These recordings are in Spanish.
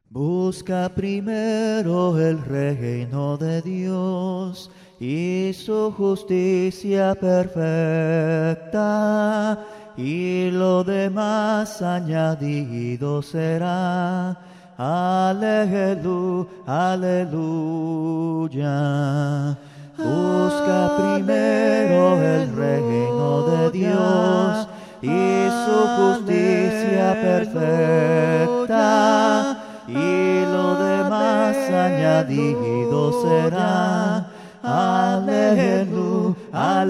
Busca primero el reino de Dios y su justicia perfecta, y lo demás añadido será. Aleluya, aleluya. Busca primero el reino de Dios y su justicia perfecta, y lo demás añadido será. Aleluya,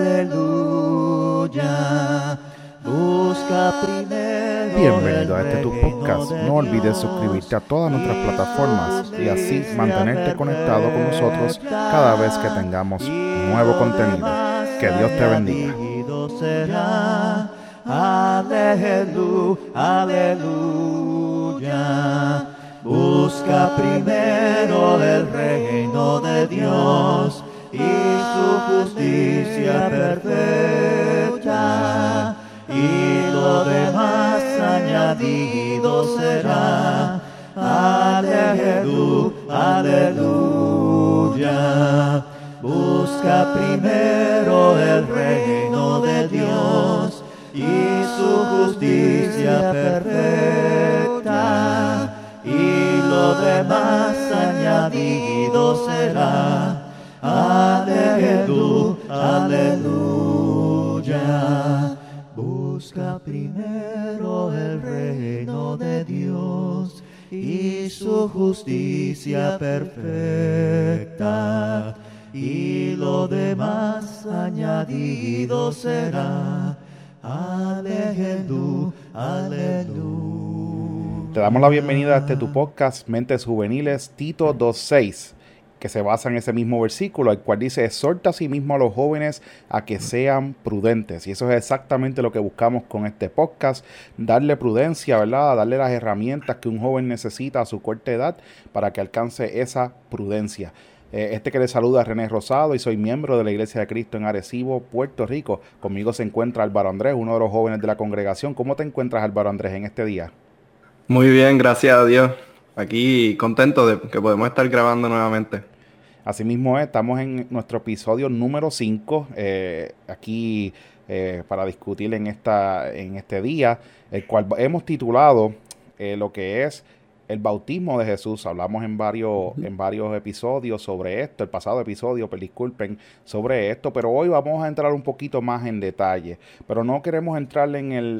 aleluya. Busca primero Bienvenido a el tu reino podcast. de No olvides Dios suscribirte a todas nuestras y plataformas su y así justicia mantenerte conectado con nosotros cada vez que perfecta, tengamos y nuevo lo contenido. demás Que Dios te bendiga. añadido será. Aleluya, aleluya. Busca primero el reino de Dios y su justicia perfecta, y lo demás añadido será. Aleluya, aleluya. Busca primero el reino de Dios y su justicia perfecta, y lo demás añadido será. Aleluya, aleluya. Busca primero el reino de Dios y su justicia perfecta, y lo demás añadido será. Aleluya, aleluya. Te damos la bienvenida a tu podcast Mentes Juveniles, Tito 2:6, que se basa en ese mismo versículo, el cual dice: exhorta a sí mismo a los jóvenes a que sean prudentes. Y eso es exactamente lo que buscamos con este podcast: darle prudencia, ¿verdad? Darle las herramientas que un joven necesita a su corta edad para que alcance esa prudencia. Que le saluda René Rosado y soy miembro de la Iglesia de Cristo en Arecibo, Puerto Rico. Conmigo se encuentra Álvaro Andrés, uno de los jóvenes de la congregación. ¿Cómo te encuentras, Álvaro Andrés, en este día? Muy bien, gracias a Dios. Aquí contento de que podemos estar grabando nuevamente. Asimismo, estamos en nuestro episodio número 5, aquí para discutir en este día, el cual hemos titulado lo que es el bautismo de Jesús. Hablamos en varios episodios sobre esto, el pasado episodio, disculpen, sobre esto, pero hoy vamos a entrar un poquito más en detalle. Pero no queremos entrar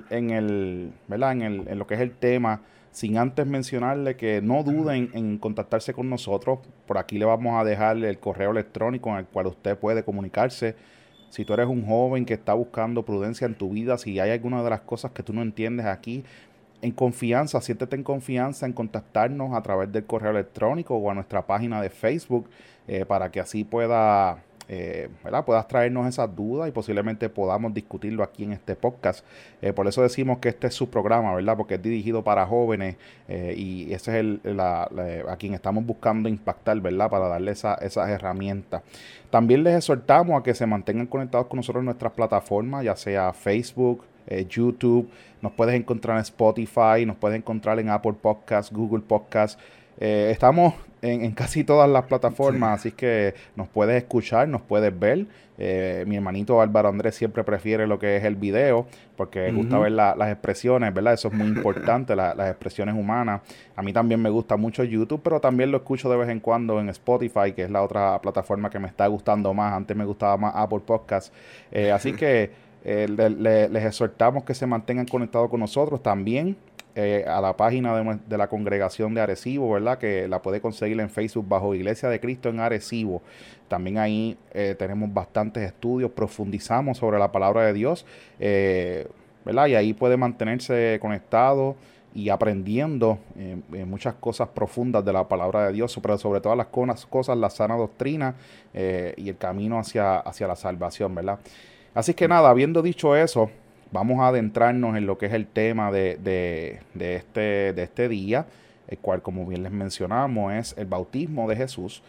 ¿verdad? En lo que es el tema, sin antes mencionarle que no duden en contactarse con nosotros. Por aquí le vamos a dejar el correo electrónico en el cual usted puede comunicarse. Si tú eres un joven que está buscando prudencia en tu vida, si hay alguna de las cosas que tú no entiendes aquí, en confianza, siéntete en confianza en contactarnos a través del correo electrónico o a nuestra página de Facebook, para que así ¿verdad? Puedas traernos esas dudas y posiblemente podamos discutirlo aquí en este podcast. Por eso decimos que este es su programa, ¿verdad? Porque es dirigido para jóvenes, y ese es a quien estamos buscando impactar, ¿verdad? Para darle esas herramientas. También les exhortamos a que se mantengan conectados con nosotros en nuestras plataformas, ya sea Facebook, YouTube. Nos puedes encontrar en Spotify, nos puedes encontrar en Apple Podcasts, Google Podcasts. Estamos en casi todas las plataformas, así que nos puedes escuchar, nos puedes ver. Mi hermanito Álvaro Andrés siempre prefiere lo que es el video, porque le gusta ver las expresiones, ¿verdad? Eso es muy importante, las expresiones humanas. A mí también me gusta mucho YouTube, pero también lo escucho de vez en cuando en Spotify, que es la otra plataforma que me está gustando más. Antes me gustaba más Apple Podcasts. Así que les exhortamos que se mantengan conectados con nosotros también, a la página de la congregación de Arecibo, ¿verdad? Que la puede conseguir en Facebook bajo Iglesia de Cristo en Arecibo. También ahí tenemos bastantes estudios, profundizamos sobre la palabra de Dios, ¿verdad? Y ahí puede mantenerse conectado y aprendiendo muchas cosas profundas de la palabra de Dios, pero sobre todas las cosas, la sana doctrina, y el camino hacia la salvación, ¿verdad? Así que nada, habiendo dicho eso, vamos a adentrarnos en lo que es el tema de este día, el cual, como bien les mencionamos, es el bautismo de Jesús.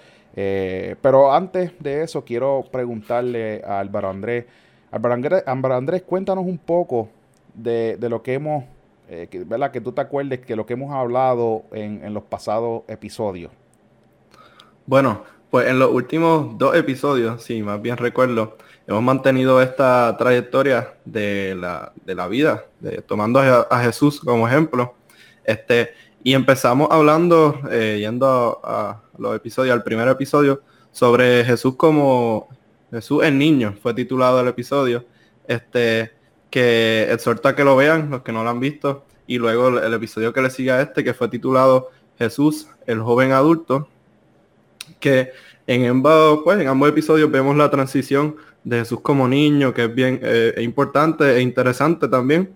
Pero antes de eso, quiero preguntarle a Álvaro Andrés. Álvaro Andrés, cuéntanos un poco de lo que hemos ¿verdad? Que tú te acuerdes que lo que hemos hablado en los pasados episodios. Bueno, pues en los últimos 2 episodios, sí, más bien recuerdo, hemos mantenido esta trayectoria de la vida, tomando a Jesús como ejemplo. Y empezamos hablando, yendo a los episodios, al primer episodio, sobre Jesús como Jesús el niño, fue titulado el episodio, que exhorta a que lo vean, los que no lo han visto, y luego el episodio que le sigue a que fue titulado Jesús el joven adulto, que en ambos episodios vemos la transición de Jesús como niño, que es bien importante e interesante también.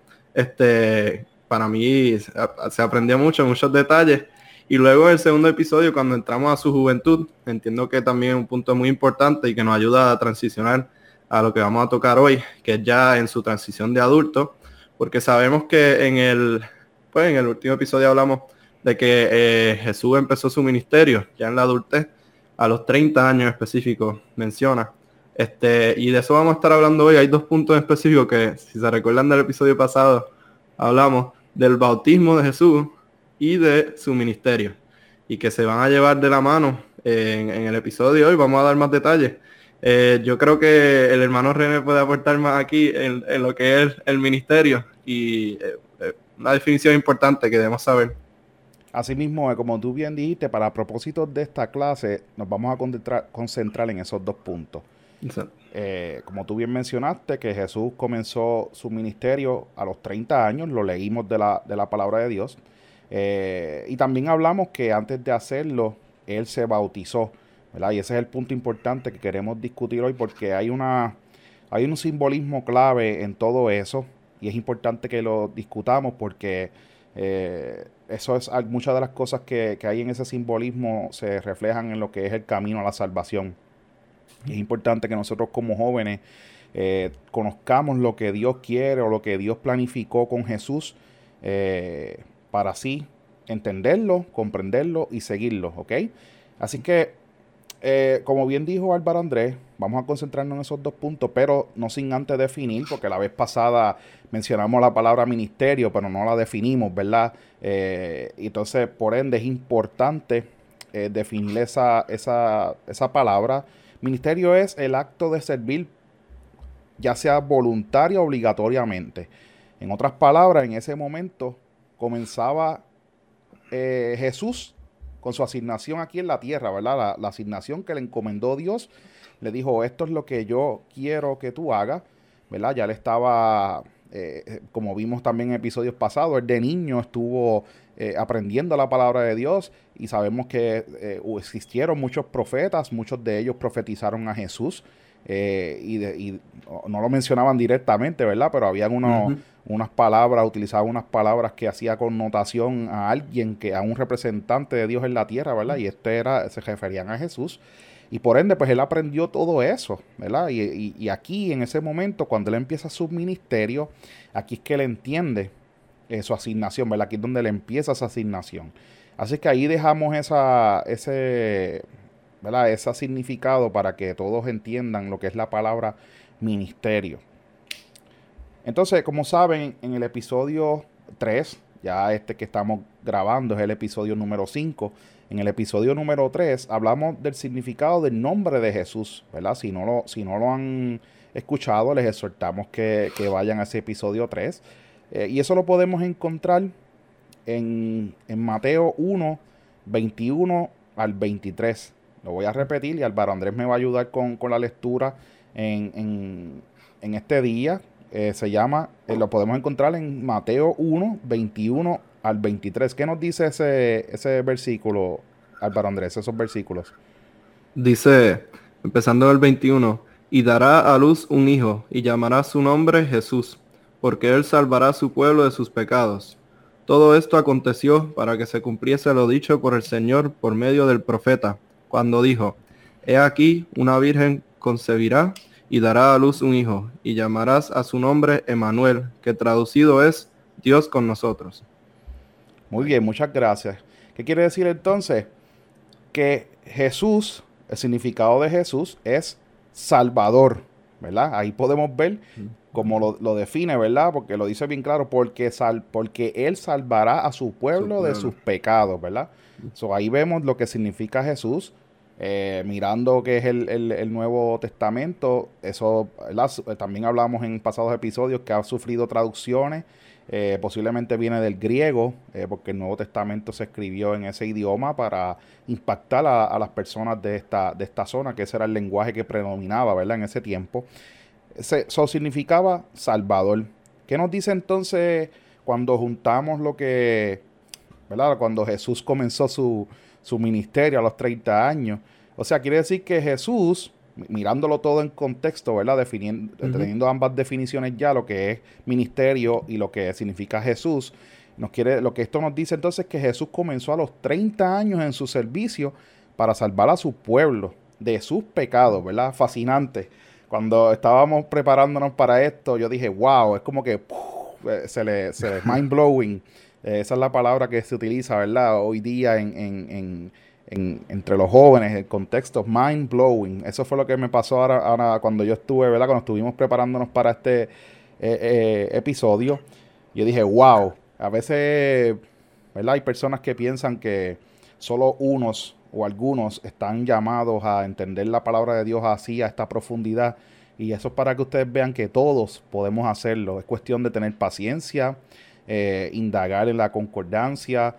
Para mí se aprendió muchos detalles. Y luego en el segundo episodio, cuando entramos a su juventud, entiendo que también es un punto muy importante y que nos ayuda a transicionar a lo que vamos a tocar hoy, que es ya en su transición de adulto, porque sabemos que en el último episodio hablamos de que Jesús empezó su ministerio ya en la adultez, a los 30 años específicos, menciona. Y de eso vamos a estar hablando hoy. Hay 2 puntos específicos que, si se recuerdan del episodio pasado, hablamos del bautismo de Jesús y de su ministerio, y que se van a llevar de la mano en el episodio de hoy. Vamos a dar más detalles. Yo creo que el hermano René puede aportar más aquí en lo que es el ministerio y una definición importante que debemos saber. Asimismo, como tú bien dijiste, para propósitos de esta clase nos vamos a concentrar en esos 2 puntos. Como tú bien mencionaste, que Jesús comenzó su ministerio a los 30 años, lo leímos de la palabra de Dios. Y también hablamos que antes de hacerlo, Él se bautizó, ¿verdad? Y ese es el punto importante que queremos discutir hoy, porque hay un simbolismo clave en todo eso, y es importante que lo discutamos porque eso es muchas de las cosas que hay en ese simbolismo se reflejan en lo que es el camino a la salvación. Y es importante que nosotros como jóvenes conozcamos lo que Dios quiere o lo que Dios planificó con Jesús para así entenderlo, comprenderlo y seguirlo, ¿ok? Así que, como bien dijo Álvaro Andrés, vamos a concentrarnos en esos 2 puntos, pero no sin antes definir, porque la vez pasada mencionamos la palabra ministerio, pero no la definimos, ¿verdad? Entonces, por ende, es importante definir esa palabra. Ministerio es el acto de servir, ya sea voluntario o obligatoriamente. En otras palabras, en ese momento comenzaba Jesús con su asignación aquí en la tierra, ¿verdad? La asignación que le encomendó Dios. Le dijo, esto es lo que yo quiero que tú hagas, ¿verdad? Ya él estaba, como vimos también en episodios pasados, él de niño estuvo aprendiendo la palabra de Dios, y sabemos que existieron muchos profetas, muchos de ellos profetizaron a Jesús, y no lo mencionaban directamente, ¿verdad? Pero habían unas palabras, utilizaban unas palabras que hacía connotación a alguien, a un representante de Dios en la tierra, ¿verdad? Y se referían a Jesús. Y por ende, pues él aprendió todo eso, ¿verdad? Y aquí, en ese momento, cuando él empieza su ministerio, aquí es que él entiende su asignación, ¿verdad? Aquí es donde él empieza esa asignación. Así que ahí dejamos ese significado para que todos entiendan lo que es la palabra ministerio. Entonces, como saben, en el episodio 3, ya que estamos grabando es el episodio número 5. En el episodio número 3 hablamos del significado del nombre de Jesús, ¿verdad? Si no lo han escuchado, les exhortamos que vayan a ese episodio 3. Y eso lo podemos encontrar en Mateo 1, 21 al 23. Lo voy a repetir y Álvaro Andrés me va a ayudar con la lectura en este día. Lo podemos encontrar en Mateo 1, 21 al 23. ¿Qué nos dice ese versículo, Álvaro Andrés, esos versículos? Dice, empezando el 21, y dará a luz un hijo, y llamará su nombre Jesús, porque él salvará a su pueblo de sus pecados. Todo esto aconteció para que se cumpliese lo dicho por el Señor por medio del profeta, cuando dijo, he aquí, una virgen concebirá y dará a luz un hijo, y llamarás a su nombre Emmanuel, que traducido es Dios con nosotros. Muy bien, muchas gracias. ¿Qué quiere decir entonces? Que Jesús, el significado de Jesús es Salvador, ¿verdad? Ahí podemos ver cómo lo define, ¿verdad? Porque lo dice bien claro, porque Él salvará a su pueblo de sus pecados, ¿verdad? So, ahí vemos lo que significa Jesús. Mirando que es el Nuevo Testamento, eso, ¿verdad? También hablamos en pasados episodios que ha sufrido traducciones, posiblemente viene del griego, porque el Nuevo Testamento se escribió en ese idioma para impactar a las personas de esta zona, que ese era el lenguaje que predominaba, ¿verdad? En ese tiempo. Eso significaba Salvador. ¿Qué nos dice entonces cuando juntamos lo que, ¿verdad? Cuando Jesús comenzó su ministerio a los 30 años? O sea, quiere decir que Jesús, mirándolo todo en contexto, ¿verdad? Teniendo ambas definiciones ya, lo que es ministerio y lo que significa Jesús, lo que esto nos dice entonces es que Jesús comenzó a los 30 años en su servicio para salvar a su pueblo de sus pecados, ¿verdad? Fascinante. Cuando estábamos preparándonos para esto, yo dije, wow, es como que se le mind blowing. Esa es la palabra que se utiliza, ¿verdad? Hoy día entre los jóvenes, el contexto mind blowing. Eso fue lo que me pasó ahora cuando yo estuve, ¿verdad? Cuando estuvimos preparándonos para este episodio. Yo dije, wow, a veces, ¿verdad? Hay personas que piensan que solo unos o algunos están llamados a entender la palabra de Dios así, a esta profundidad. Y eso es para que ustedes vean que todos podemos hacerlo. Es cuestión de tener paciencia, indagar en la concordancia,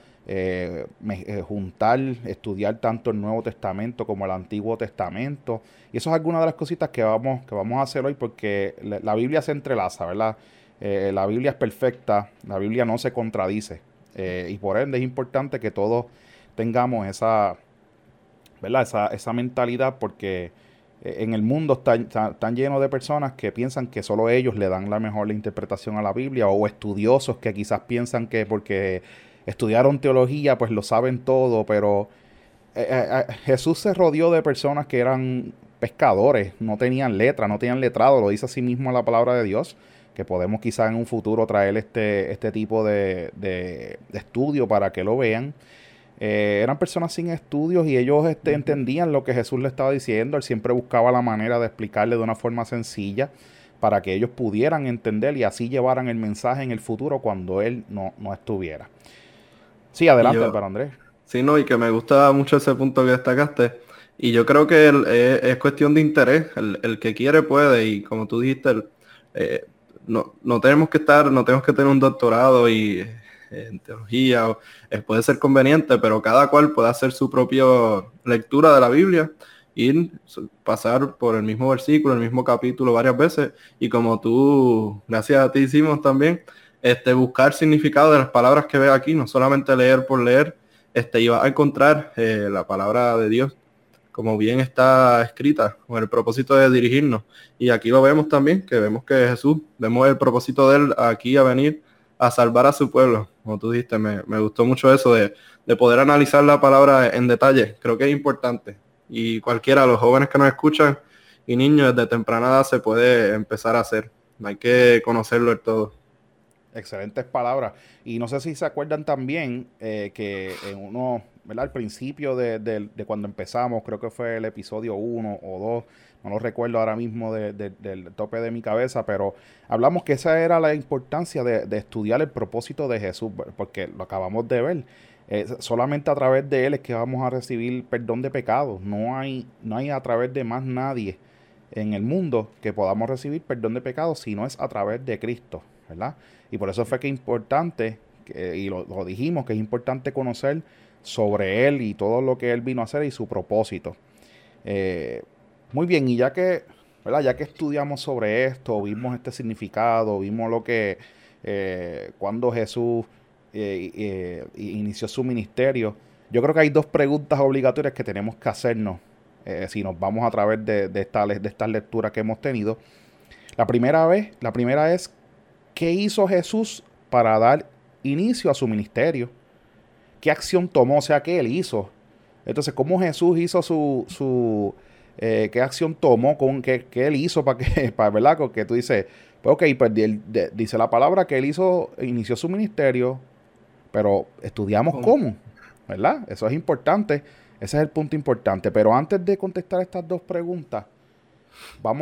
juntar, estudiar tanto el Nuevo Testamento como el Antiguo Testamento. Y eso es alguna de las cositas que vamos a hacer hoy, porque la Biblia se entrelaza, ¿verdad? La Biblia es perfecta, la Biblia no se contradice. Y por ende es importante que todos tengamos esa, ¿verdad? Esa mentalidad, porque en el mundo están llenos de personas que piensan que solo ellos le dan la mejor interpretación a la Biblia, o estudiosos que quizás piensan que porque estudiaron teología pues lo saben todo, pero Jesús se rodeó de personas que eran pescadores, no tenían letra, no tenían letrado, lo dice así mismo la palabra de Dios, que podemos quizás en un futuro traer este tipo de estudio para que lo vean. Eran personas sin estudios y ellos entendían lo que Jesús le estaba diciendo. Él siempre buscaba la manera de explicarle de una forma sencilla para que ellos pudieran entender y así llevaran el mensaje en el futuro cuando él no estuviera. Sí, adelante, Álvaro Andrés. Sí, no, y que me gusta mucho ese punto que destacaste. Y yo creo que es cuestión de interés. El que quiere puede, y como tú dijiste, no tenemos que tener un doctorado y en teología, puede ser conveniente, pero cada cual puede hacer su propia lectura de la Biblia, ir, pasar por el mismo versículo, el mismo capítulo varias veces, y como tú, gracias a ti hicimos también, buscar significado de las palabras que ve aquí, no solamente leer por leer, y vas a encontrar la palabra de Dios como bien está escrita, con el propósito de dirigirnos. Y aquí lo vemos también, que vemos que Jesús, vemos el propósito de él aquí a venir a salvar a su pueblo. Como tú dijiste, me gustó mucho eso de poder analizar la palabra en detalle. Creo que es importante. Y cualquiera, los jóvenes que nos escuchan y niños, desde temprana edad se puede empezar a hacer. Hay que conocerlo del todo. Excelentes palabras. Y no sé si se acuerdan también que ¿verdad? Al principio de cuando empezamos, creo que fue el episodio 1 o 2, no lo recuerdo ahora mismo del tope de mi cabeza, pero hablamos que esa era la importancia de estudiar el propósito de Jesús, porque lo acabamos de ver. Solamente a través de Él es que vamos a recibir perdón de pecados. No hay a través de más nadie en el mundo que podamos recibir perdón de pecados si no es a través de Cristo, ¿verdad? Y por eso fue que es importante, y lo dijimos, que es importante conocer sobre Él y todo lo que Él vino a hacer y su propósito. Muy bien, y ¿verdad? Ya que estudiamos sobre esto, vimos este significado, vimos lo que cuando Jesús inició su ministerio, yo creo que hay dos preguntas obligatorias que tenemos que hacernos si nos vamos a través de estas lecturas que hemos tenido. La primera es, ¿qué hizo Jesús para dar inicio a su ministerio? ¿Qué acción tomó? O sea, ¿qué él hizo? Entonces, ¿cómo Jesús hizo qué acción tomó? ¿Qué él hizo ¿verdad? Porque tú dices, pues ok, pues dice la palabra que él inició su ministerio, pero estudiamos cómo, ¿verdad? Eso es importante. Ese es el punto importante. Pero antes de contestar estas dos preguntas, vamos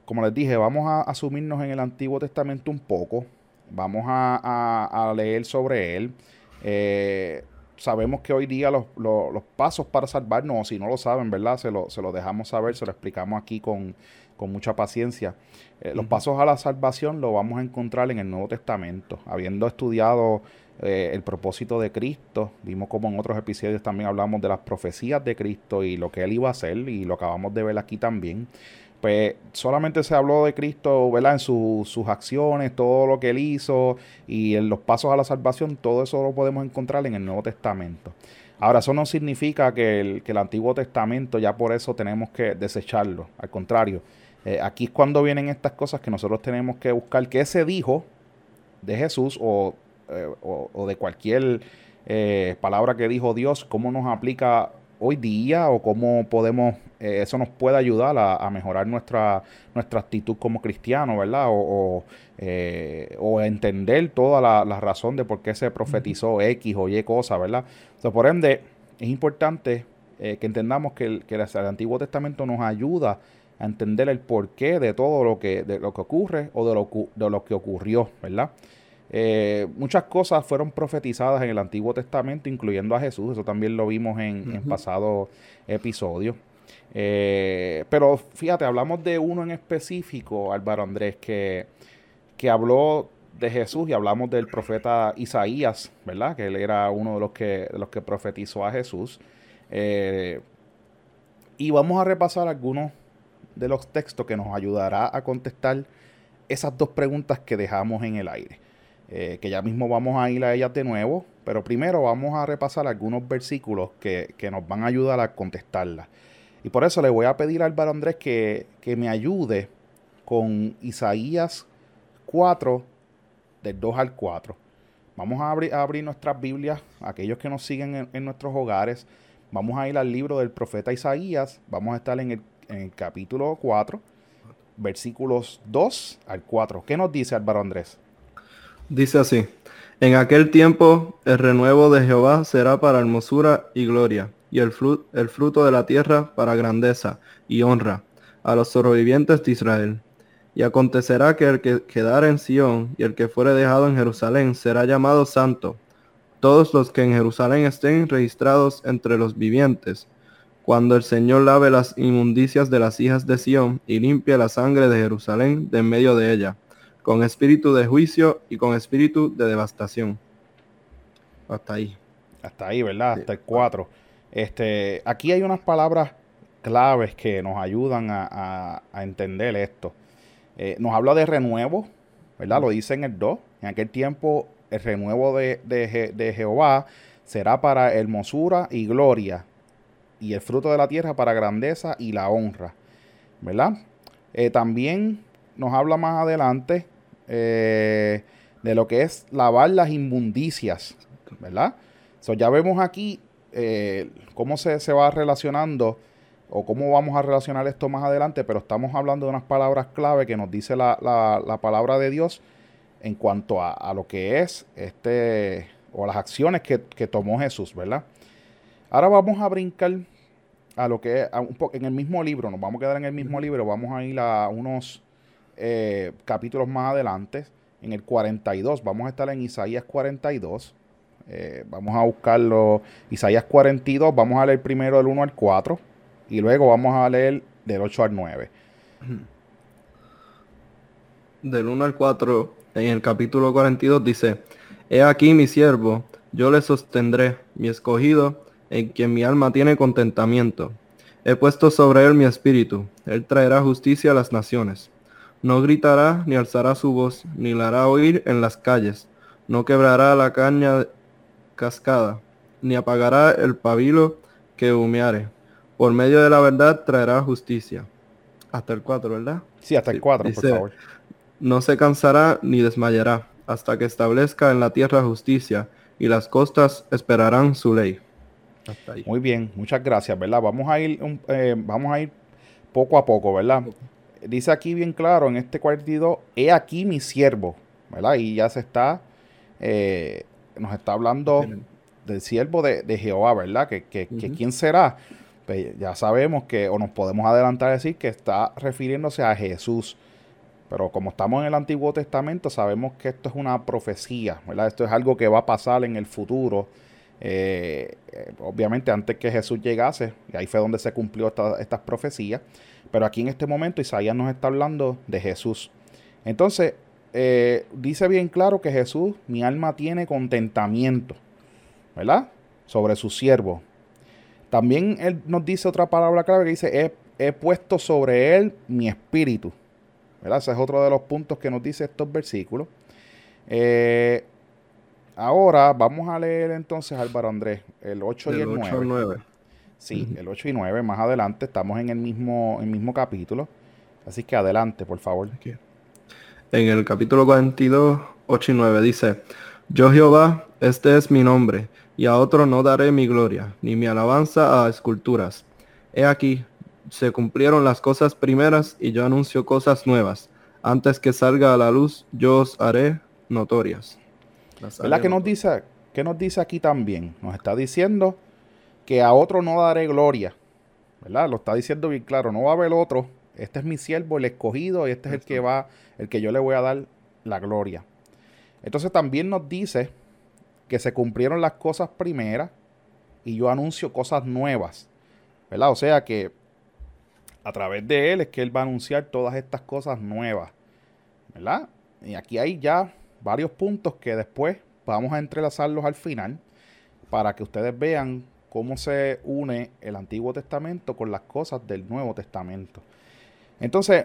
como les dije, vamos a asumirnos en el Antiguo Testamento un poco. Vamos a leer sobre él. Sabemos que hoy día los pasos para salvarnos, o si no lo saben, ¿verdad? Se lo dejamos saber, se lo explicamos aquí con mucha paciencia. Los pasos a la salvación lo vamos a encontrar en el Nuevo Testamento. Habiendo estudiado el propósito de Cristo, vimos como en otros episodios también hablamos de las profecías de Cristo y lo que Él iba a hacer, y lo acabamos de ver aquí también. Pues solamente se habló de Cristo, ¿verdad? En sus acciones, todo lo que Él hizo y en los pasos a la salvación, todo eso lo podemos encontrar en el Nuevo Testamento. Ahora, eso no significa que el Antiguo Testamento ya por eso tenemos que desecharlo. Al contrario, aquí es cuando vienen estas cosas que nosotros tenemos que buscar qué se dijo de Jesús o de cualquier palabra que dijo Dios, cómo nos aplica hoy día o cómo podemos, eso nos puede ayudar a mejorar nuestra actitud como cristiano, ¿verdad? O entender toda la razón de por qué se profetizó X o Y cosa, ¿verdad? Entonces, por ende, es importante que entendamos que el Antiguo Testamento nos ayuda a entender el porqué de todo lo que ocurre o de lo que ocurrió, ¿verdad? Muchas cosas fueron profetizadas en el Antiguo Testamento, incluyendo a Jesús. Eso también lo vimos en pasados episodios. Pero fíjate, hablamos de uno en específico, Álvaro Andrés, que habló de Jesús, y hablamos del profeta Isaías, ¿verdad? Que él era uno de los que profetizó a Jesús. Y vamos a repasar algunos de los textos que nos ayudará a contestar esas dos preguntas que dejamos en el aire. Que ya mismo vamos a ir a ellas de nuevo, pero primero vamos a repasar algunos versículos que nos van a ayudar a contestarlas. Y por eso le voy a pedir a Álvaro Andrés que me ayude con Isaías 4, del 2 al 4. Vamos a abrir nuestras Biblias, aquellos que nos siguen en nuestros hogares. Vamos a ir al libro del profeta Isaías. Vamos a estar en el capítulo 4, versículos 2 al 4. ¿Qué nos dice Álvaro Andrés? Dice así: en aquel tiempo el renuevo de Jehová será para hermosura y gloria, y el fruto de la tierra para grandeza y honra a los sobrevivientes de Israel. Y acontecerá que el que quedare en Sión y el que fuere dejado en Jerusalén será llamado santo. Todos los que en Jerusalén estén registrados entre los vivientes, cuando el Señor lave las inmundicias de las hijas de Sión y limpie la sangre de Jerusalén de en medio de ella, con espíritu de juicio y con espíritu de devastación. Hasta ahí. Hasta ahí, ¿verdad? Sí. Hasta el 4. Aquí hay unas palabras claves que nos ayudan a entender esto. Nos habla de renuevo, ¿verdad? Lo dice en el 2. En aquel tiempo el renuevo de Jehová será para hermosura y gloria, y el fruto de la tierra para grandeza y la honra, ¿verdad? También nos habla más adelante de lo que es lavar las inmundicias, ¿verdad? So, ya vemos aquí cómo se va relacionando o cómo vamos a relacionar esto más adelante, pero estamos hablando de unas palabras clave que nos dice la palabra de Dios en cuanto a lo que es o las acciones que tomó Jesús, ¿verdad? Ahora vamos a brincar a lo que es en el mismo libro, nos vamos a quedar en el mismo libro, vamos a ir a unos capítulos más adelante, en el 42, vamos a estar en Isaías 42, vamos a buscarlo, Isaías 42, vamos a leer primero del 1 al 4, y luego vamos a leer del 8 al 9. Del 1 al 4, en el capítulo 42 dice: he aquí mi siervo, yo le sostendré, mi escogido, en quien mi alma tiene contentamiento. He puesto sobre él mi espíritu, él traerá justicia a las naciones. No gritará, ni alzará su voz, ni la hará oír en las calles. No quebrará la caña cascada, ni apagará el pabilo que humeare. Por medio de la verdad traerá justicia. Hasta el 4, ¿verdad? Sí, hasta el 4, dice, por favor. No se cansará ni desmayará, hasta que establezca en la tierra justicia, y las costas esperarán su ley. Hasta ahí. Muy bien, muchas gracias, ¿verdad? Vamos a ir poco a poco, ¿verdad? Dice aquí bien claro en este 42, he aquí mi siervo, ¿verdad? Y ya nos está hablando del siervo de Jehová, ¿verdad? Que ¿quién será? pues ya sabemos que, o nos podemos adelantar a decir que está refiriéndose a Jesús. Pero como estamos en el Antiguo Testamento, sabemos que esto es una profecía, ¿verdad? Esto es algo que va a pasar en el futuro. Obviamente antes que Jesús llegase, y ahí fue donde se cumplió estas profecías. Pero aquí en este momento Isaías nos está hablando de Jesús. Entonces, dice bien claro que Jesús, mi alma tiene contentamiento, ¿verdad? Sobre su siervo. También él nos dice otra palabra clave que dice, he puesto sobre él mi espíritu. ¿Verdad? Ese es otro de los puntos que nos dice estos versículos. Ahora vamos a leer entonces, Álvaro Andrés, el 8 y el 9. 8 al 9. Sí, el 8 y 9, más adelante, estamos en el mismo capítulo. Así que adelante, por favor. Aquí. En el capítulo 42, 8 y 9 dice, yo Jehová, este es mi nombre, y a otro no daré mi gloria, ni mi alabanza a esculturas. He aquí, se cumplieron las cosas primeras, y yo anuncio cosas nuevas. Antes que salga a la luz, yo os haré notorias. ¿Verdad que nos dice aquí también? Nos está diciendo que a otro no daré gloria, ¿verdad? Lo está diciendo bien claro, no va a haber otro. Este es mi siervo, el escogido, y este es el que yo le voy a dar la gloria. Entonces también nos dice que se cumplieron las cosas primeras y yo anuncio cosas nuevas, ¿verdad? O sea que a través de él es que él va a anunciar todas estas cosas nuevas, ¿verdad? Y aquí hay ya varios puntos que después vamos a entrelazarlos al final para que ustedes vean cómo se une el Antiguo Testamento con las cosas del Nuevo Testamento. Entonces,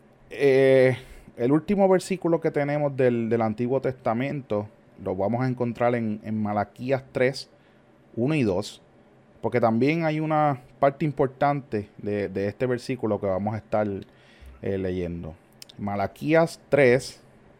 el último versículo que tenemos del Antiguo Testamento lo vamos a encontrar en Malaquías 3, 1 y 2, porque también hay una parte importante de este versículo que vamos a estar leyendo. Malaquías 3,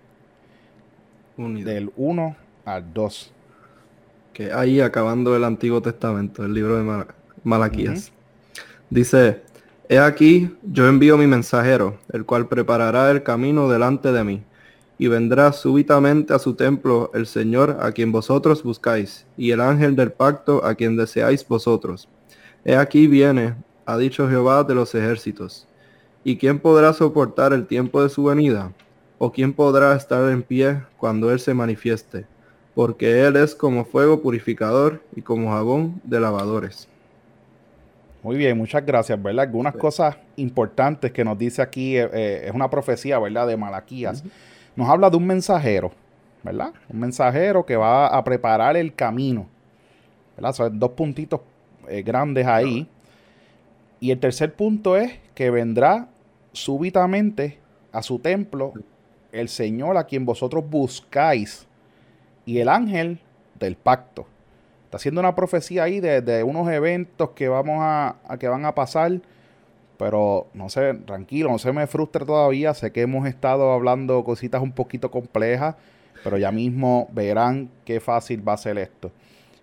del 1 al 2. Que ahí acabando el Antiguo Testamento, el libro de Malaquías. Dice, he aquí, yo envío mi mensajero, el cual preparará el camino delante de mí, y vendrá súbitamente a su templo el Señor a quien vosotros buscáis, y el ángel del pacto a quien deseáis vosotros. He aquí viene, ha dicho Jehová de los ejércitos. ¿Y quién podrá soportar el tiempo de su venida? ¿O quién podrá estar en pie cuando Él se manifieste? Porque Él es como fuego purificador y como jabón de lavadores. Muy bien, muchas gracias, ¿verdad? Algunas cosas importantes que nos dice aquí, es una profecía, ¿verdad? De Malaquías. Nos habla de un mensajero, ¿verdad? Un mensajero que va a preparar el camino, ¿verdad? Son dos puntitos grandes ahí. Y el tercer punto es que vendrá súbitamente a su templo el Señor a quien vosotros buscáis y el ángel del pacto. Está haciendo una profecía ahí de unos eventos que que van a pasar, pero no sé, tranquilo, no se me frustre todavía. Sé que hemos estado hablando cositas un poquito complejas, pero ya mismo verán qué fácil va a ser esto.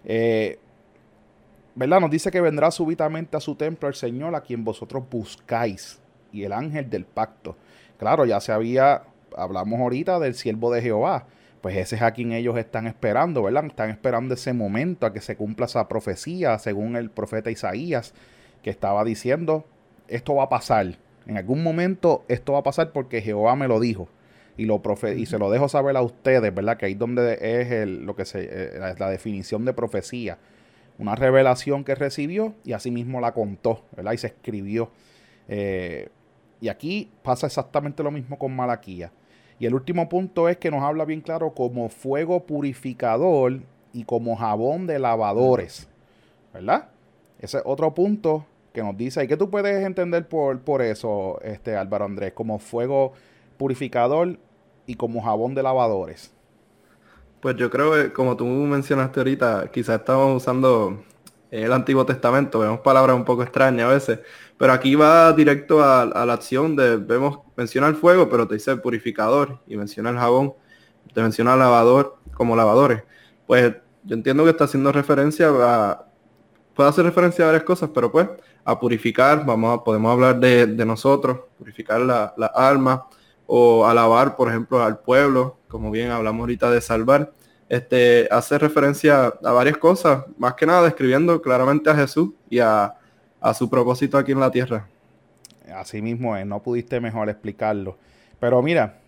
¿Verdad? Nos dice que vendrá súbitamente a su templo el Señor a quien vosotros buscáis y el ángel del pacto. Claro, hablamos ahorita del siervo de Jehová. Pues ese es a quien ellos están esperando, ¿verdad? Están esperando ese momento a que se cumpla esa profecía, según el profeta Isaías, que estaba diciendo, esto va a pasar. En algún momento esto va a pasar porque Jehová me lo dijo. Y se lo dejo saber a ustedes, ¿verdad? Que ahí es donde es la definición de profecía. Una revelación que recibió y así mismo la contó, ¿verdad? Y se escribió. Y aquí pasa exactamente lo mismo con Malaquías. Y el último punto es que nos habla bien claro como fuego purificador y como jabón de lavadores, ¿verdad? Ese es otro punto que nos dice. ¿Y qué tú puedes entender por eso, Álvaro Andrés? Como fuego purificador y como jabón de lavadores. Pues yo creo que, como tú mencionaste ahorita, quizás estamos usando el Antiguo Testamento, vemos palabras un poco extrañas a veces, pero aquí va directo a la acción menciona el fuego, pero te dice el purificador, y menciona el jabón, te menciona el lavador, como lavadores. Pues yo entiendo que está haciendo referencia puede hacer referencia a varias cosas, pero pues a purificar, podemos hablar de nosotros, purificar la alma, o a lavar, por ejemplo, al pueblo, como bien hablamos ahorita de salvar. Hace referencia a varias cosas, más que nada describiendo claramente a Jesús y a a su propósito aquí en la tierra. Así mismo es, no pudiste mejor explicarlo. Pero mira,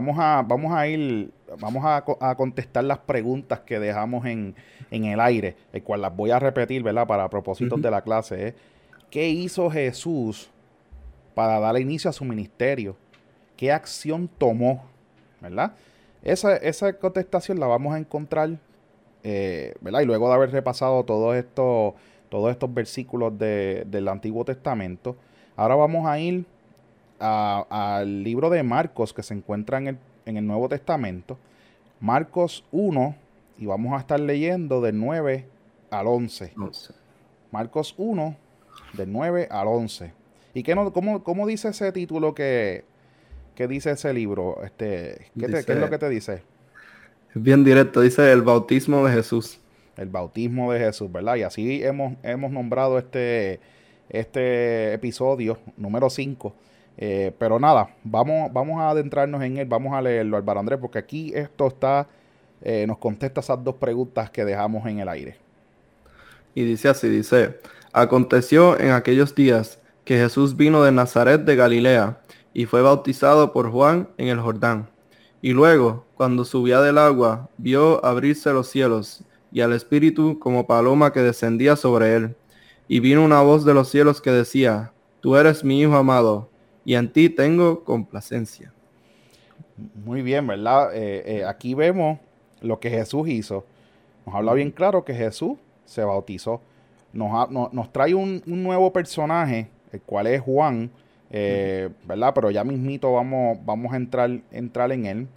vamos a contestar las preguntas que dejamos en el aire, el cual las voy a repetir, ¿verdad? Para propósitos de la clase. ¿Qué hizo Jesús para dar inicio a su ministerio? ¿Qué acción tomó? ¿Verdad? Esa contestación la vamos a encontrar, ¿verdad? Y luego de haber repasado todos estos versículos del Antiguo Testamento, ahora vamos a ir al libro de Marcos que se encuentra en el Nuevo Testamento, Marcos 1, y vamos a estar leyendo del 9 al 11. Marcos 1, del 9 al 11. ¿Y cómo dice ese título que dice ese libro? ¿Qué es lo que te dice? Es bien directo, dice el bautismo de Jesús. El bautismo de Jesús, ¿verdad? Y así hemos nombrado este episodio número 5. Pero nada, vamos a adentrarnos en él, vamos a leerlo, Álvaro Andrés, porque aquí nos contesta esas dos preguntas que dejamos en el aire. Y dice así, dice: aconteció en aquellos días que Jesús vino de Nazaret de Galilea y fue bautizado por Juan en el Jordán. Y luego, cuando subía del agua, vio abrirse los cielos y al Espíritu como paloma que descendía sobre él. Y vino una voz de los cielos que decía: Tú eres mi Hijo amado, y en ti tengo complacencia. Muy bien, ¿verdad? Aquí vemos lo que Jesús hizo. Nos habla bien claro que Jesús se bautizó. Nos trae un nuevo personaje, el cual es Juan, ¿verdad? Pero ya mismito vamos a entrar en él.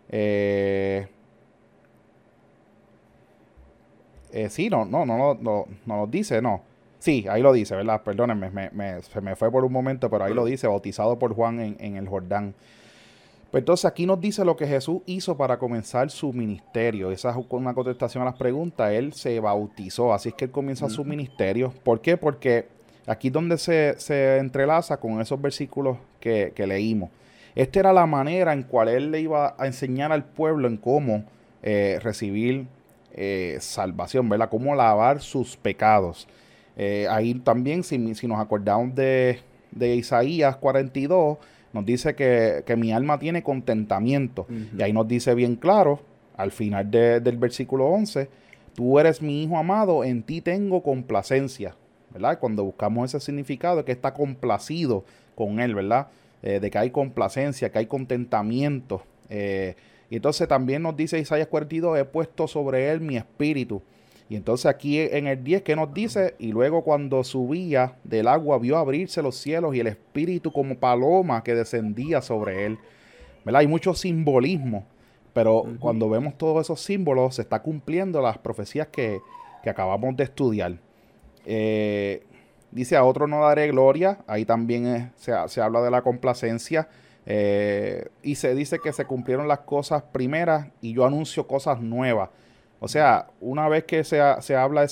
Sí, no nos dice, no. Sí, ahí lo dice, ¿verdad? Perdónenme, se me fue por un momento, pero ahí lo dice, bautizado por Juan en el Jordán. Pues entonces aquí nos dice lo que Jesús hizo para comenzar su ministerio. Esa es una contestación a las preguntas. Él se bautizó, así es que él comienza su ministerio. ¿Por qué? Porque aquí es donde se entrelaza con esos versículos que leímos. Esta era la manera en cual él le iba a enseñar al pueblo en cómo recibir salvación, ¿verdad? Cómo lavar sus pecados. Ahí también, si nos acordamos de Isaías 42, nos dice que mi alma tiene contentamiento. Y ahí nos dice bien claro, al final del versículo 11, tú eres mi Hijo amado, en ti tengo complacencia, ¿verdad? Cuando buscamos ese significado de que está complacido con él, ¿verdad? De que hay complacencia, que hay contentamiento. Y entonces también nos dice Isaías 42, he puesto sobre él mi espíritu. Y entonces aquí en el 10, ¿qué nos dice? Y luego cuando subía del agua, vio abrirse los cielos y el espíritu como paloma que descendía sobre él. ¿Verdad? Hay mucho simbolismo, pero cuando vemos todos esos símbolos, se está cumpliendo las profecías que acabamos de estudiar. Dice, a otro no daré gloria. Ahí también se habla de la complacencia. Y se dice que se cumplieron las cosas primeras y yo anuncio cosas nuevas. O sea, una vez que se habla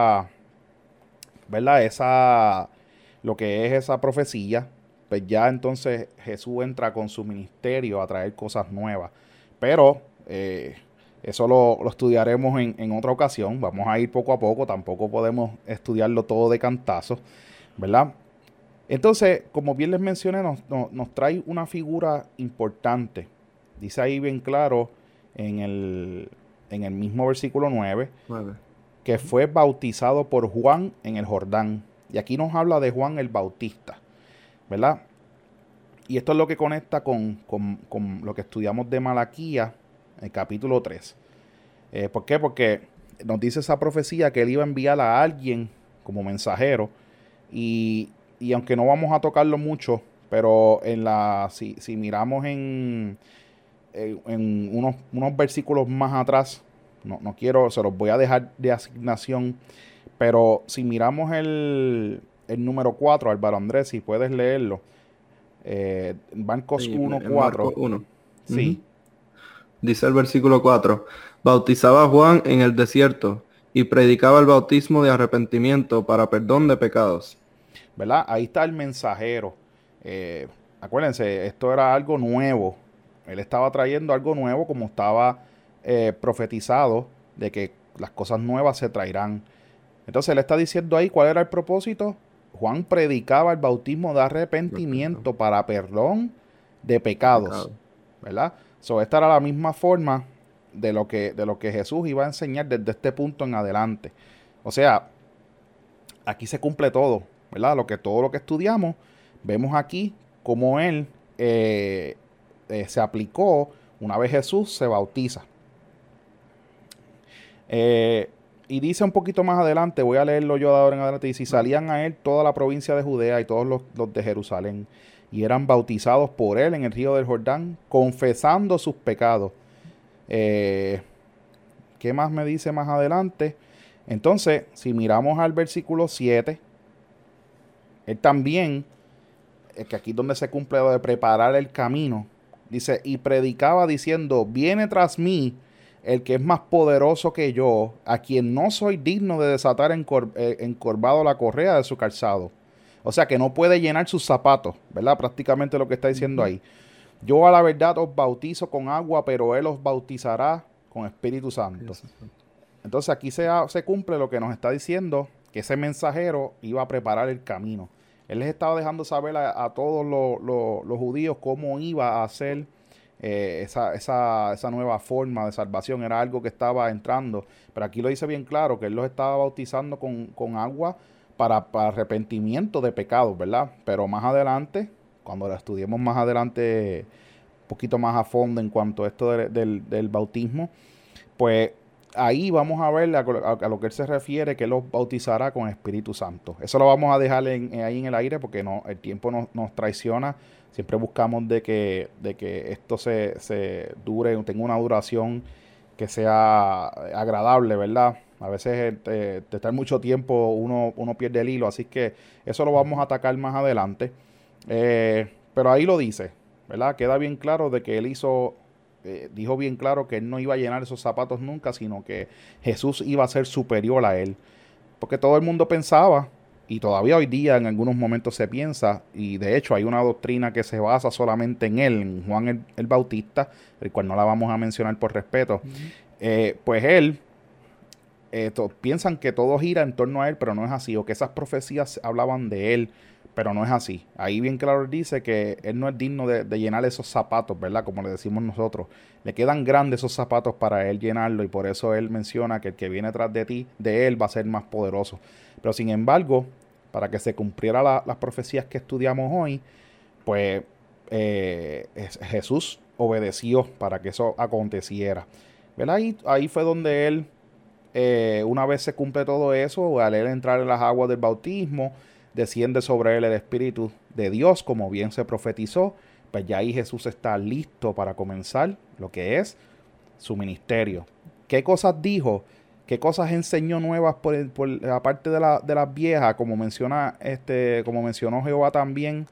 ¿verdad? Lo que es esa profecía, pues ya entonces Jesús entra con su ministerio a traer cosas nuevas. Pero eso lo estudiaremos en otra ocasión. Vamos a ir poco a poco, tampoco podemos estudiarlo todo de cantazo, ¿verdad? Entonces, como bien les mencioné, nos trae una figura importante. Dice ahí bien claro en el mismo versículo 9, que fue bautizado por Juan en el Jordán. Y aquí nos habla de Juan el Bautista, ¿verdad? Y esto es lo que conecta con lo que estudiamos de Malaquías, el capítulo 3. ¿Por qué? Porque nos dice esa profecía que él iba a enviar a alguien como mensajero. Y aunque no vamos a tocarlo mucho, pero si miramos en unos versículos más atrás, no quiero, se los voy a dejar de asignación, pero si miramos el número 4, Álvaro Andrés, si puedes leerlo, Marcos 1:4. 1. Sí. Dice el versículo 4, bautizaba a Juan en el desierto y predicaba el bautismo de arrepentimiento para perdón de pecados. ¿Verdad? Ahí está el mensajero. Acuérdense, esto era algo nuevo. Él estaba trayendo algo nuevo, como estaba profetizado de que las cosas nuevas se traerán. Entonces él está diciendo ahí cuál era el propósito Juan predicaba el bautismo de arrepentimiento para perdón de pecados, ¿verdad? So, esta era la misma forma de lo que Jesús iba a enseñar desde este punto en adelante. O sea, aquí se cumple todo, ¿verdad? Todo lo que estudiamos, vemos aquí cómo él se aplicó una vez Jesús se bautiza. Y dice un poquito más adelante, voy a leerlo yo de ahora en adelante, dice, y salían a él toda la provincia de Judea y todos los de Jerusalén, y eran bautizados por él en el río del Jordán, confesando sus pecados. ¿Qué más me dice más adelante? Entonces, si miramos al versículo 7, él también, que aquí es donde se cumple lo de preparar el camino, dice, y predicaba diciendo, viene tras mí el que es más poderoso que yo, a quien no soy digno de desatar encorvado la correa de su calzado. O sea que no puede llenar sus zapatos, ¿verdad? Prácticamente lo que está diciendo ahí. Yo a la verdad os bautizo con agua, pero él os bautizará con Espíritu Santo. Entonces aquí se cumple lo que nos está diciendo, que ese mensajero iba a preparar el camino. Él les estaba dejando saber a todos los judíos cómo iba a hacer esa nueva forma de salvación. Era algo que estaba entrando, pero aquí lo dice bien claro, que él los estaba bautizando con agua para arrepentimiento de pecados, ¿verdad? Pero más adelante, cuando lo estudiemos más adelante, un poquito más a fondo en cuanto a esto del bautismo, pues ahí vamos a ver a lo que él se refiere, que él los bautizará con Espíritu Santo. Eso lo vamos a dejar ahí en el aire porque el tiempo nos traiciona. Siempre buscamos de que esto se dure, tenga una duración que sea agradable, ¿verdad? A veces de estar mucho tiempo uno pierde el hilo, así que eso lo vamos a atacar más adelante. Pero ahí lo dice, ¿verdad? Queda bien claro de que él dijo bien claro que él no iba a llenar esos zapatos nunca, sino que Jesús iba a ser superior a él. Porque todo el mundo pensaba, y todavía hoy día en algunos momentos se piensa, y de hecho hay una doctrina que se basa solamente en él, en Juan el Bautista, el cual no la vamos a mencionar por respeto. Pues él, piensan que todo gira en torno a él, pero no es así, o que esas profecías hablaban de él, pero no es así. Ahí bien claro dice que él no es digno de llenar esos zapatos, ¿verdad? Como le decimos nosotros. Le quedan grandes esos zapatos para él llenarlo, y por eso él menciona que el que viene tras de él va a ser más poderoso. Pero sin embargo, para que se cumpliera las profecías que estudiamos hoy, pues Jesús obedeció para que eso aconteciera, ¿verdad? Ahí fue donde él, una vez se cumple todo eso, al él entrar en las aguas del bautismo, desciende sobre él el Espíritu de Dios, como bien se profetizó. Pues ya ahí Jesús está listo para comenzar lo que es su ministerio. ¿Qué cosas dijo? ¿Qué cosas enseñó nuevas aparte de las viejas? Como mencionó Jehová también.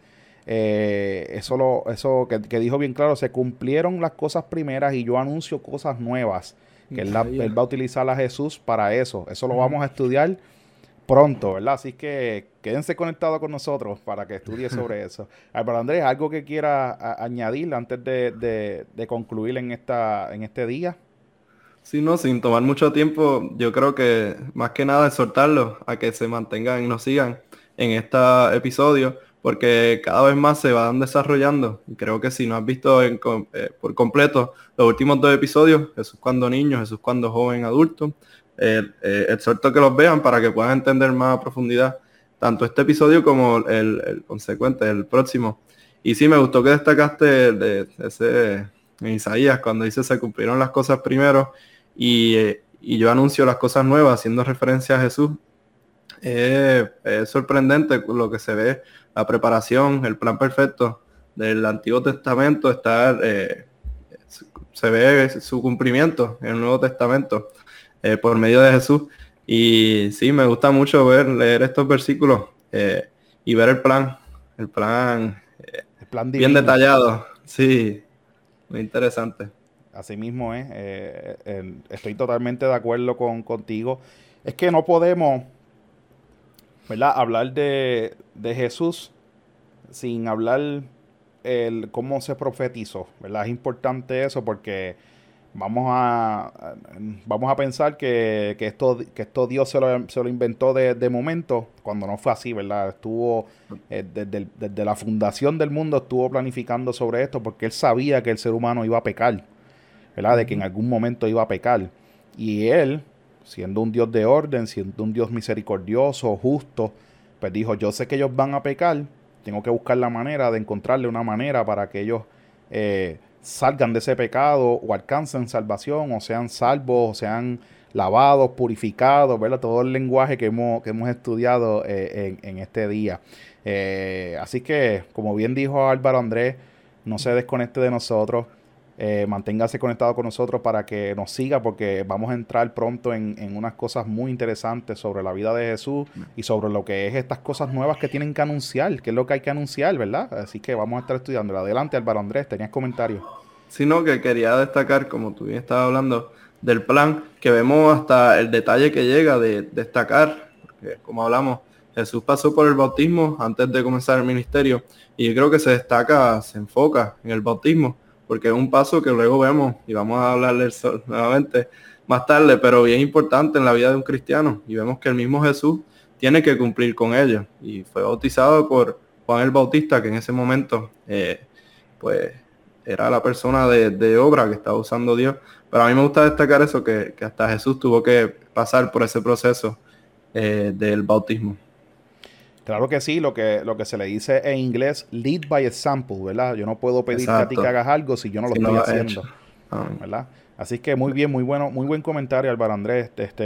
Eso que dijo bien claro, se cumplieron las cosas primeras y yo anuncio cosas nuevas. Que él va a utilizar a Jesús para eso. Eso lo vamos a estudiar pronto, ¿verdad? Así que quédense conectados con nosotros para que estudie sobre eso. Álvaro Andrés, ¿algo que quiera añadir antes de concluir en este día? Sí, no, sin tomar mucho tiempo, yo creo que más que nada exhortarlos a que se mantengan y nos sigan en este episodio, porque cada vez más se van desarrollando. Y creo que si no has visto por completo los últimos 2 episodios, Jesús cuando niño, Jesús cuando joven adulto, exhorto que los vean para que puedan entender más a profundidad tanto este episodio como el consecuente, el próximo. Y sí, me gustó que destacaste de ese en Isaías, cuando dice se cumplieron las cosas primero y yo anuncio las cosas nuevas, haciendo referencia a Jesús. Es sorprendente lo que se ve, la preparación, el plan perfecto del Antiguo Testamento, se ve su cumplimiento en el Nuevo Testamento por medio de Jesús. Y sí, me gusta mucho leer estos versículos y ver el plan bien detallado. Sí, muy interesante. Así mismo es. Estoy totalmente de acuerdo contigo. Es que no podemos, ¿verdad?, hablar de Jesús sin hablar cómo se profetizó, ¿verdad? Es importante eso porque vamos a pensar que esto Dios se lo inventó de momento, cuando no fue así, ¿verdad? Estuvo, desde la fundación del mundo estuvo planificando sobre esto, porque Él sabía que el ser humano iba a pecar, ¿verdad? De que en algún momento iba a pecar. Y Él, siendo un Dios de orden, siendo un Dios misericordioso, justo, pues dijo, yo sé que ellos van a pecar, tengo que buscar la manera de encontrarle una manera para que ellos salgan de ese pecado o alcancen salvación, o sean salvos, o sean lavados, purificados, ¿verdad? Todo el lenguaje que hemos estudiado en este día. Así que, como bien dijo Álvaro Andrés, no se desconecte de nosotros. Manténgase conectado con nosotros para que nos siga, porque vamos a entrar pronto en unas cosas muy interesantes sobre la vida de Jesús y sobre lo que es estas cosas nuevas que tienen que anunciar, que es lo que hay que anunciar, ¿verdad? Así que vamos a estar estudiando. Adelante, Álvaro Andrés, ¿tenías comentarios? Sino que quería destacar, como tú bien estabas hablando, del plan, que vemos hasta el detalle que llega de destacar, porque como hablamos, Jesús pasó por el bautismo antes de comenzar el ministerio, y yo creo que se destaca, se enfoca en el bautismo, porque es un paso que luego vemos, y vamos a hablar de eso nuevamente más tarde, pero bien importante en la vida de un cristiano, y vemos que el mismo Jesús tiene que cumplir con ello, y fue bautizado por Juan el Bautista, que en ese momento, pues, era la persona de obra que estaba usando Dios. Pero a mí me gusta destacar eso, que hasta Jesús tuvo que pasar por ese proceso del bautismo. Claro que sí, lo que se le dice en inglés, lead by example, ¿verdad? Yo no puedo pedirte a ti que Exacto. hagas algo si yo no lo Si no estoy lo has haciendo, hecho. Amén. ¿verdad? Así que muy bien, muy bueno, muy buen comentario, Álvaro Andrés.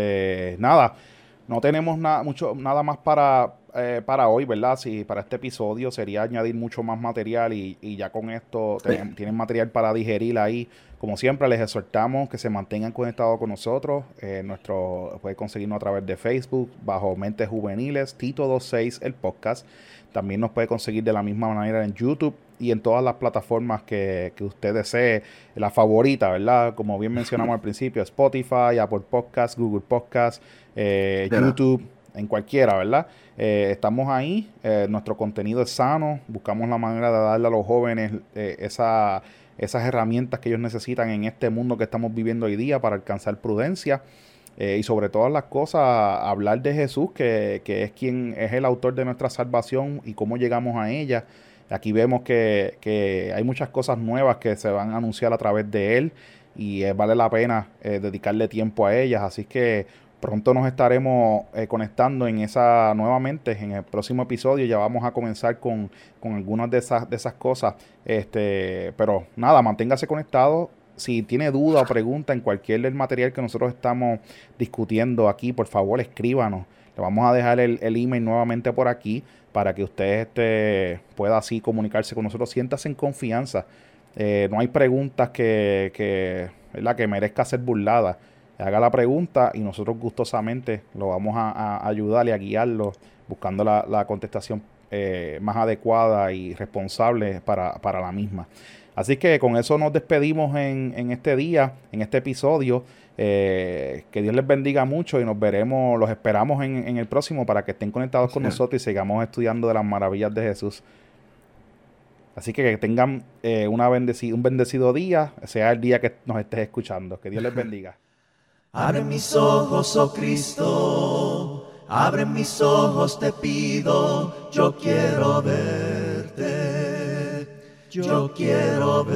Nada, no tenemos nada más para hoy, ¿verdad? Sí, para este episodio sería añadir mucho más material, y ya con esto tienen material para digerir ahí. Como siempre, les exhortamos que se mantengan conectados con nosotros. Puede conseguirnos a través de Facebook, bajo Mentes Juveniles, Tito26, el podcast. También nos puede conseguir de la misma manera en YouTube y en todas las plataformas que usted desee, la favorita, ¿verdad? Como bien mencionamos al principio, Spotify, Apple Podcasts, Google Podcasts, YouTube, en cualquiera, ¿verdad? Estamos ahí, nuestro contenido es sano, buscamos la manera de darle a los jóvenes esas herramientas que ellos necesitan en este mundo que estamos viviendo hoy día para alcanzar prudencia. Y sobre todas las cosas, hablar de Jesús, que es quien es el autor de nuestra salvación y cómo llegamos a ella. Aquí vemos que hay muchas cosas nuevas que se van a anunciar a través de él, y vale la pena dedicarle tiempo a ellas. Así que pronto nos estaremos conectando nuevamente en el próximo episodio. Ya vamos a comenzar con algunas de esas cosas. Pero nada, manténgase conectado. Si tiene duda o pregunta en cualquier del material que nosotros estamos discutiendo aquí, por favor escríbanos. Le vamos a dejar el email nuevamente por aquí para que usted pueda así comunicarse con nosotros. Siéntase en confianza. No hay preguntas ¿verdad?, que merezca ser burlada. Haga la pregunta y nosotros gustosamente lo vamos a ayudar y a guiarlo, buscando la contestación más adecuada y responsable para la misma. Así que con eso nos despedimos en este día, en este episodio. Que Dios les bendiga mucho, y los esperamos en el próximo, para que estén conectados con nosotros y sigamos estudiando de las maravillas de Jesús. Así que tengan un bendecido día, sea el día que nos estés escuchando. Que Dios les bendiga. Abre mis ojos, oh Cristo, abre mis ojos, te pido, yo quiero verte, yo quiero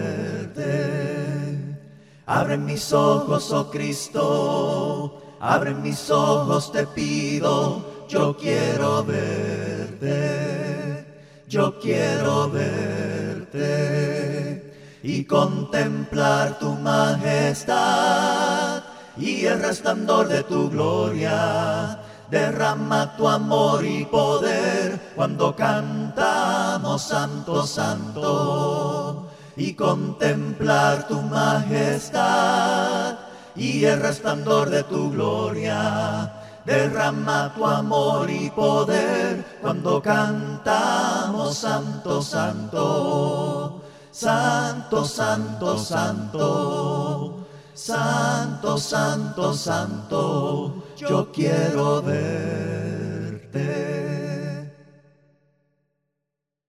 verte. Abre mis ojos, oh Cristo, abre mis ojos, te pido, yo quiero verte, yo quiero verte y contemplar tu majestad y el resplandor de tu gloria. Derrama tu amor y poder cuando cantamos Santo, Santo, y contemplar tu majestad y el resplandor de tu gloria. Derrama tu amor y poder cuando cantamos Santo, Santo, Santo, Santo, Santo. Santo, Santo, Santo, yo quiero verte.